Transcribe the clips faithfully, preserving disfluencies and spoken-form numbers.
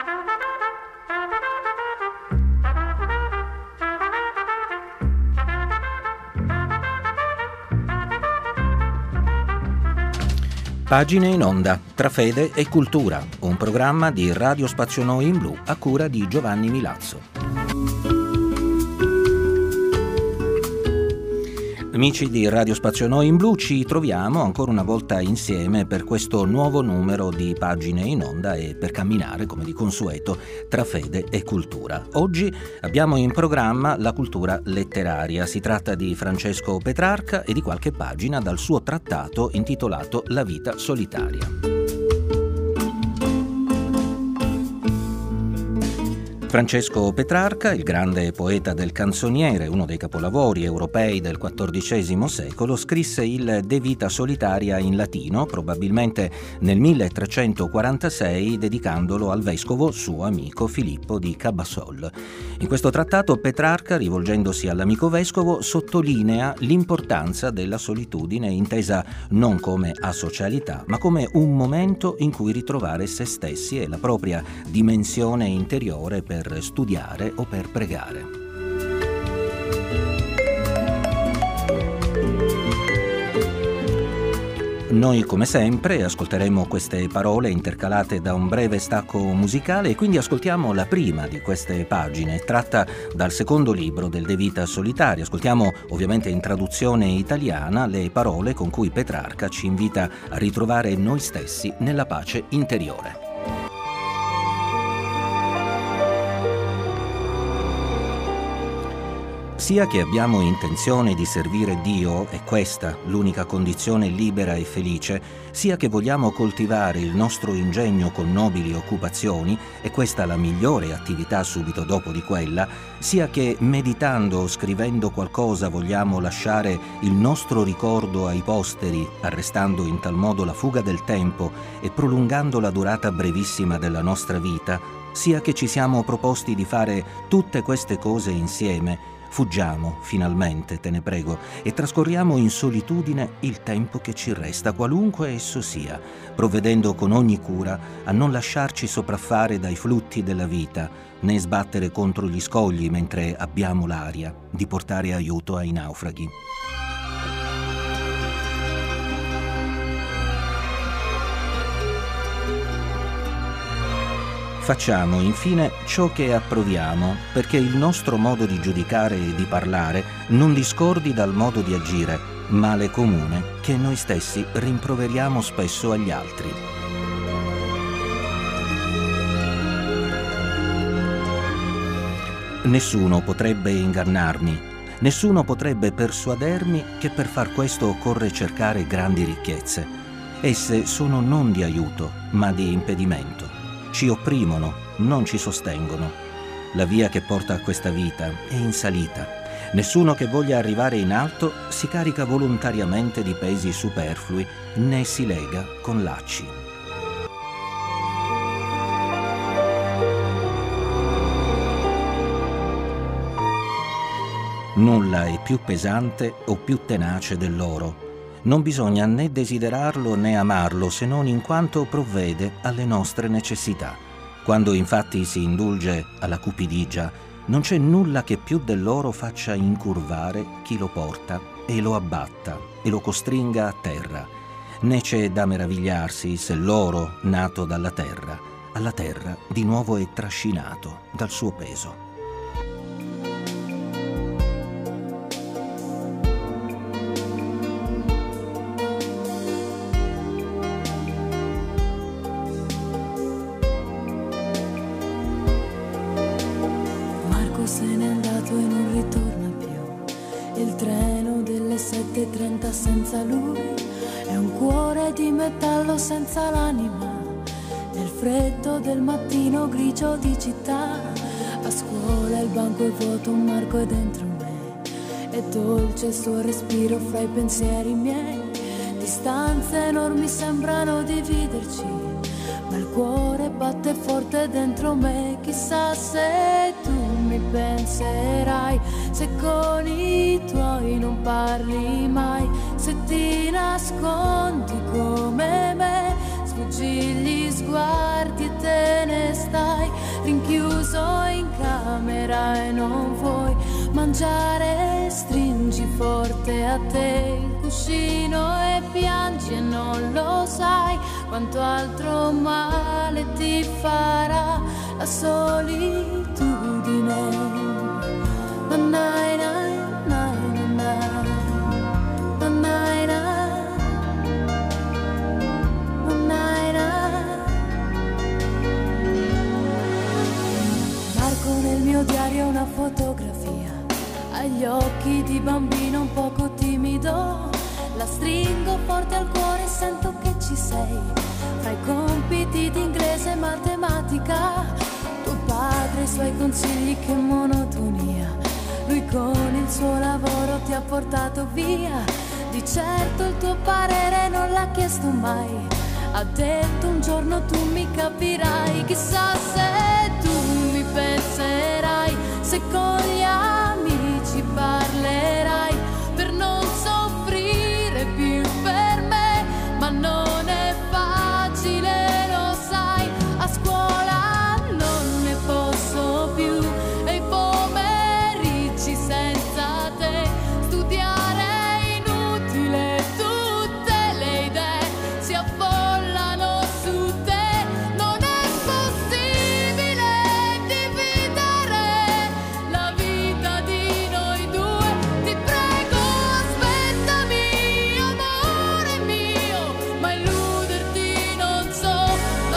Pagine in onda, tra fede e cultura, un programma di Radio Spazio Noi in Blu a cura di Giovanni Milazzo. Amici di Radio Spazio Noi in Blu, ci troviamo ancora una volta insieme per questo nuovo numero di Pagine in onda e per camminare, come di consueto, tra fede e cultura. Oggi abbiamo in programma la cultura letteraria. Si tratta di Francesco Petrarca e di qualche pagina dal suo trattato intitolato La vita solitaria. Francesco Petrarca, il grande poeta del canzoniere, uno dei capolavori europei del quattordicesimo secolo, scrisse il De Vita Solitaria in latino, probabilmente nel milletrecentoquarantasei, dedicandolo al vescovo suo amico Filippo di Cabassol. In questo trattato Petrarca, rivolgendosi all'amico vescovo, sottolinea l'importanza della solitudine, intesa non come asocialità, ma come un momento in cui ritrovare se stessi e la propria dimensione interiore per per studiare o per pregare. Noi, come sempre, ascolteremo queste parole intercalate da un breve stacco musicale e quindi ascoltiamo la prima di queste pagine, tratta dal secondo libro del De Vita Solitaria. Ascoltiamo, ovviamente in traduzione italiana, le parole con cui Petrarca ci invita a ritrovare noi stessi nella pace interiore. Sia che abbiamo intenzione di servire Dio, è questa l'unica condizione libera e felice, sia che vogliamo coltivare il nostro ingegno con nobili occupazioni, è questa la migliore attività subito dopo di quella, sia che meditando o scrivendo qualcosa vogliamo lasciare il nostro ricordo ai posteri, arrestando in tal modo la fuga del tempo e prolungando la durata brevissima della nostra vita, sia che ci siamo proposti di fare tutte queste cose insieme, fuggiamo, finalmente, te ne prego, e trascorriamo in solitudine il tempo che ci resta, qualunque esso sia, provvedendo con ogni cura a non lasciarci sopraffare dai flutti della vita, né sbattere contro gli scogli mentre abbiamo l'aria di portare aiuto ai naufraghi. Facciamo infine ciò che approviamo, perché il nostro modo di giudicare e di parlare non discordi dal modo di agire, male comune che noi stessi rimproveriamo spesso agli altri. Nessuno potrebbe ingannarmi, nessuno potrebbe persuadermi che per far questo occorre cercare grandi ricchezze. Esse sono non di aiuto, ma di impedimento. Ci opprimono, non ci sostengono. La via che porta a questa vita è in salita. Nessuno che voglia arrivare in alto si carica volontariamente di pesi superflui, né si lega con lacci. Nulla è più pesante o più tenace dell'oro. Non bisogna né desiderarlo né amarlo, se non in quanto provvede alle nostre necessità. Quando infatti si indulge alla cupidigia, non c'è nulla che più dell'oro faccia incurvare chi lo porta e lo abbatta e lo costringa a terra. Né c'è da meravigliarsi se l'oro, nato dalla terra, alla terra di nuovo è trascinato dal suo peso. Se n'è andato e non ritorna più. Il treno delle sette e trenta senza lui è un cuore di metallo senza l'anima. Nel freddo del mattino grigio di città, a scuola il banco è vuoto, un marco è dentro me. È dolce il suo respiro fra i pensieri miei. Distanze enormi sembrano dividerci, ma il cuore batte forte dentro me. Chissà se tu mi penserai, se con i tuoi non parli mai, se ti nascondi come me, sfuggi gli sguardi e te ne stai. rinchiuso in camera e non vuoi mangiare, stringi forte a te il cuscino e piangi e non lo sai quanto altro male ti farà la solitudine. Nai, nai, nai, nai, nai, nai, nai. Marco nel mio diario una fotografia, agli occhi di bambino un poco timido, la stringo forte al cuore e sento che ci sei, fra i compiti di inglese e matematica, tuo padre e i suoi consigli, che monotonia, lui con il suo lavoro ti ha portato via, di certo il tuo parere non l'ha chiesto mai, ha detto un giorno tu mi capirai, chissà se tu mi penserai, se con gli amici parlerai, per non soffrire più per me, ma non è facile, lo sai, a scuola non ne posso più, e i pomeriggi senza te, studiare è inutile, tutte le idee si affollano su te, non è possibile dividere la vita di noi due, ti prego aspettami amore mio, ma illuderti non so, la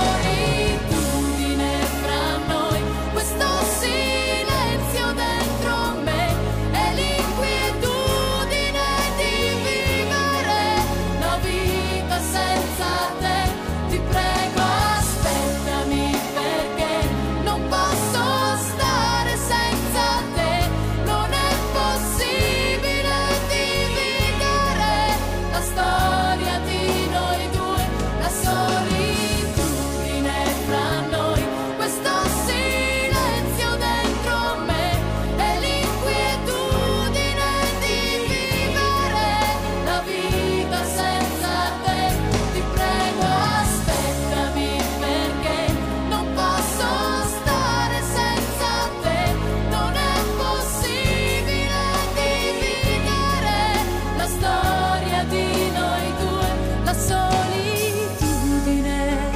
solitudine fra noi, questo silenzio dentro me e l'inquietudine di vivere la vita senza te, ti prego aspettami perché non posso stare senza te, non è possibile dividere la storia di noi due, la solitudine fra noi, questo silenzio dentro me e l'inquietudine di vivere la vita senza te, ti prego aspettami perché non posso stare senza te, non è possibile dividere la storia di noi due, la solitudine.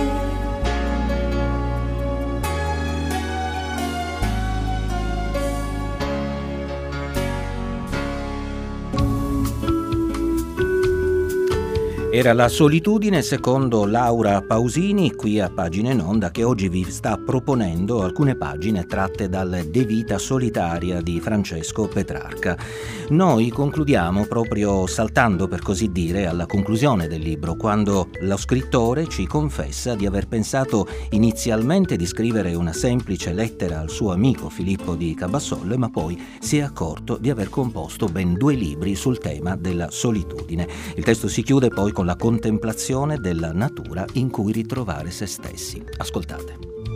Era La solitudine secondo Laura Pausini, qui a Pagine in Onda, che oggi vi sta proponendo alcune pagine tratte dal De Vita solitaria di Francesco Petrarca. Noi concludiamo proprio saltando, per così dire, alla conclusione del libro, quando lo scrittore ci confessa di aver pensato inizialmente di scrivere una semplice lettera al suo amico Filippo di Cabassolle, ma poi si è accorto di aver composto ben due libri sul tema della solitudine. Il testo si chiude poi con la contemplazione della natura in cui ritrovare se stessi. Ascoltate.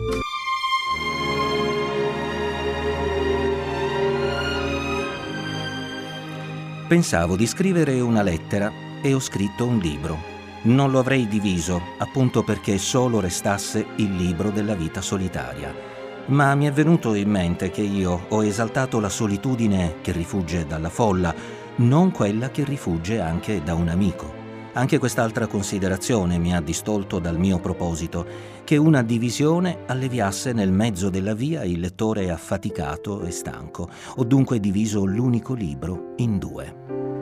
Pensavo di scrivere una lettera e ho scritto un libro. Non lo avrei diviso, appunto perché solo restasse il libro della vita solitaria. Ma mi è venuto in mente che io ho esaltato la solitudine che rifugge dalla folla, non quella che rifugge anche da un amico. Anche quest'altra considerazione mi ha distolto dal mio proposito, che una divisione alleviasse nel mezzo della via il lettore affaticato e stanco. Ho dunque diviso l'unico libro in due.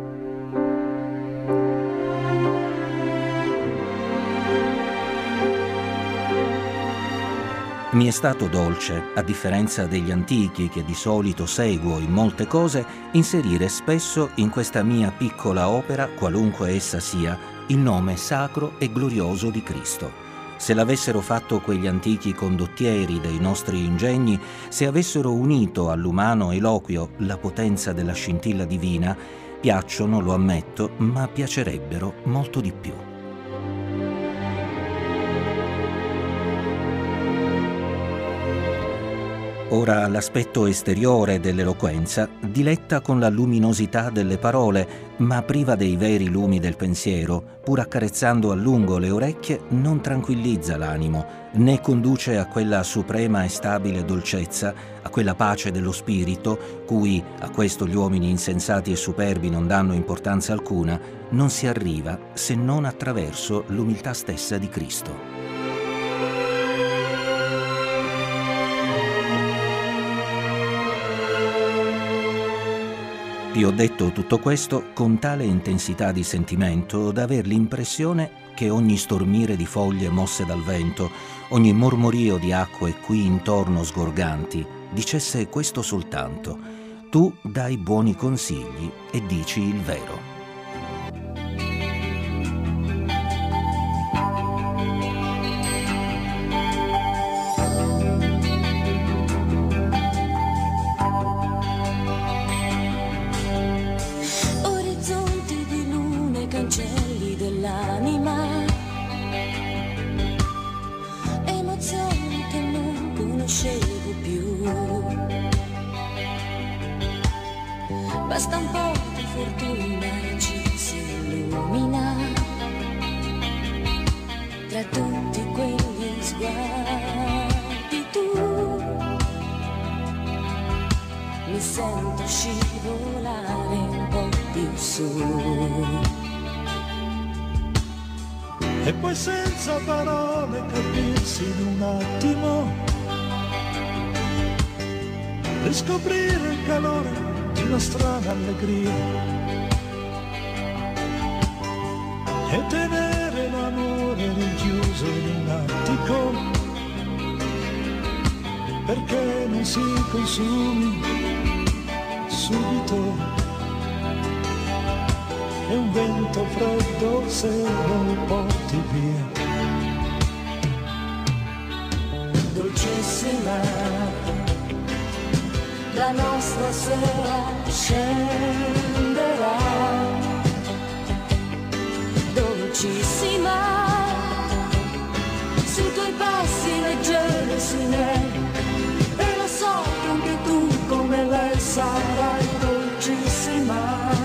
Mi è stato dolce, a differenza degli antichi che di solito seguo in molte cose, inserire spesso in questa mia piccola opera, qualunque essa sia, il nome sacro e glorioso di Cristo. Se l'avessero fatto quegli antichi condottieri dei nostri ingegni, se avessero unito all'umano eloquio la potenza della scintilla divina, piacciono, lo ammetto, ma piacerebbero molto di più. Ora l'aspetto esteriore dell'eloquenza diletta con la luminosità delle parole, ma priva dei veri lumi del pensiero, pur accarezzando a lungo le orecchie, non tranquillizza l'animo, né conduce a quella suprema e stabile dolcezza, a quella pace dello spirito, cui, a questo gli uomini insensati e superbi non danno importanza alcuna, non si arriva se non attraverso l'umiltà stessa di Cristo. Vi ho detto tutto questo con tale intensità di sentimento da aver l'impressione che ogni stormire di foglie mosse dal vento, ogni mormorio di acque qui intorno sgorganti, dicesse questo soltanto: tu dai buoni consigli e dici il vero. Basta un po' di fortuna e ci si illumina tra tutti quegli sguardi. Tu mi sento scivolare un po' più su, e poi senza parole capirsi in un attimo, riscoprire il calore di una strana allegria e tenere l'amore rinchiuso in un attico, perché non si consumi subito, e un vento freddo se lo porti via. Dolcissima, la nostra sera scenderà, dolcissima, sui tuoi passi leggeri sui miei, e lo so che anche tu come lei sarai dolcissima,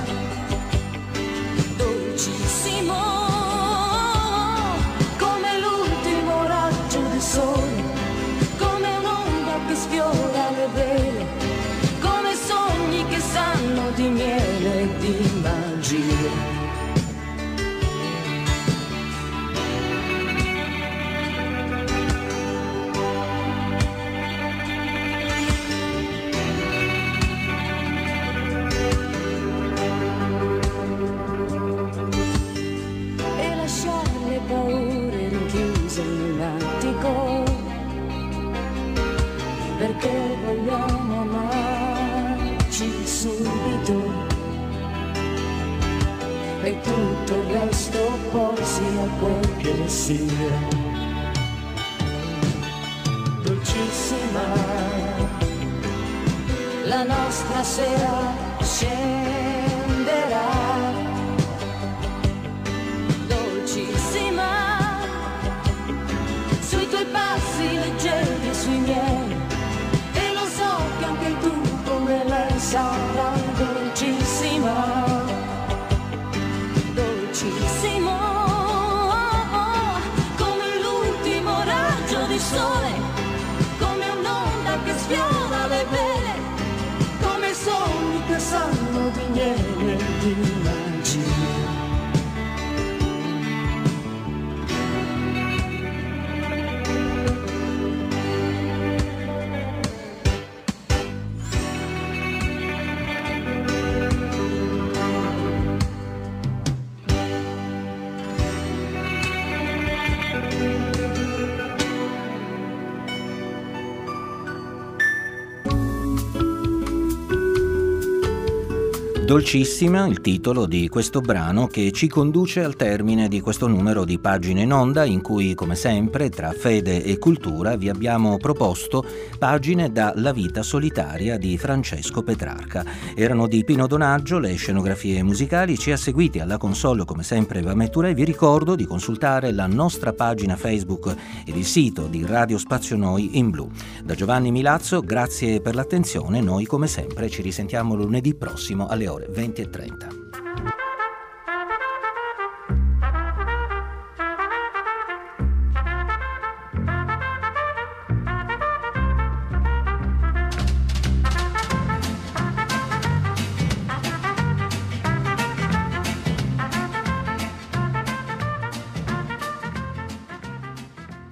dolcissimo, come l'ultimo raggio di sole, come un'onda che sfiora le vele, che sanno di miele e di magia. E lasciare le paure rinchiuse in un attico, perché vogliamo amare subito, e tutto il resto poi sia quel che sia. Dolcissima, la nostra sera scenderà, dolcissima, sui tuoi passi leggeri e sui miei, e lo so che anche tu come lei sarà dolcissima, dolcissimo, come l'ultimo raggio di sole, come un'onda che sfiora le vele, come sogni che sanno di miele e di magia. Dolcissima, il titolo di questo brano che ci conduce al termine di questo numero di Pagine in Onda, in cui, come sempre, tra fede e cultura vi abbiamo proposto pagine dalla vita solitaria di Francesco Petrarca. Erano di Pino Donaggio le scenografie musicali. Ci ha seguiti alla console, come sempre, Vametture. Vi ricordo di consultare la nostra pagina Facebook ed il sito di Radio Spazio Noi in blu. Da Giovanni Milazzo, grazie per l'attenzione. Noi come sempre ci risentiamo lunedì prossimo alle ore venti e trenta.